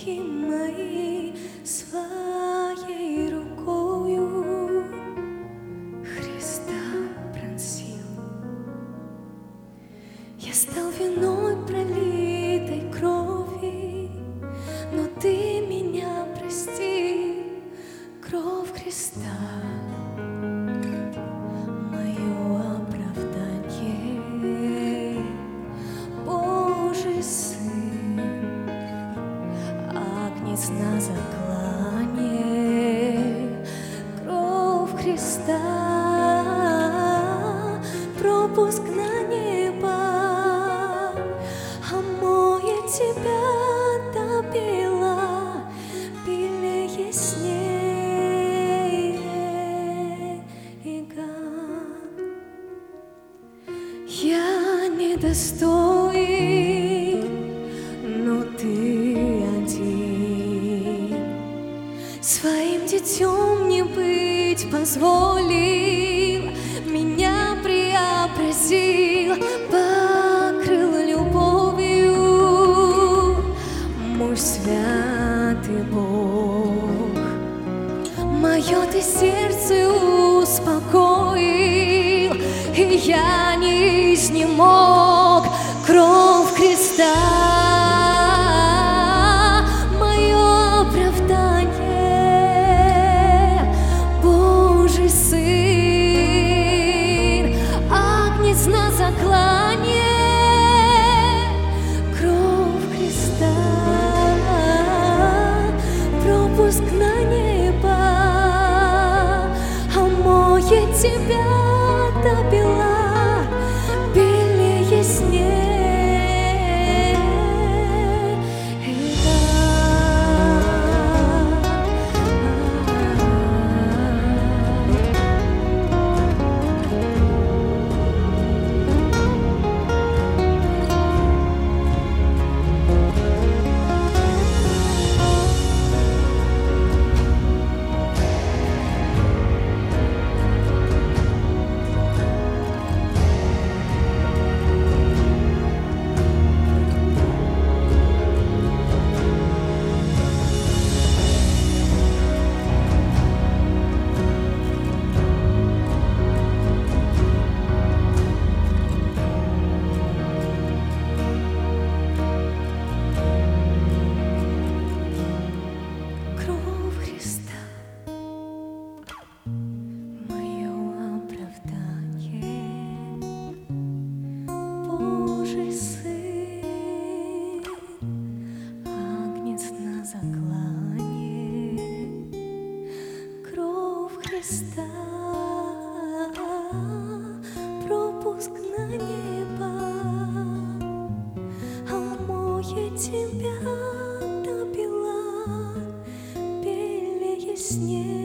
грехи мои своей рукою Христа пронзил. Я стал виной пролитой крови, но Ты меня прости, кровь Христа. На заклане кровь Христа, пропуск на небо, омоет тебя до бела, белее снега. Я недостоин, но Ты один. Своим детем не быть позволил, меня преобразил, покрыл любовью мой святый Бог. Мое Ты сердце успокоил, и я не изнемог, кровь Христа. На заклане кровь Христа, пропуск на небо, омоет тебя до бела, белее снега. Христа, пропуск на небо, омоет тебя до бела, белее снега.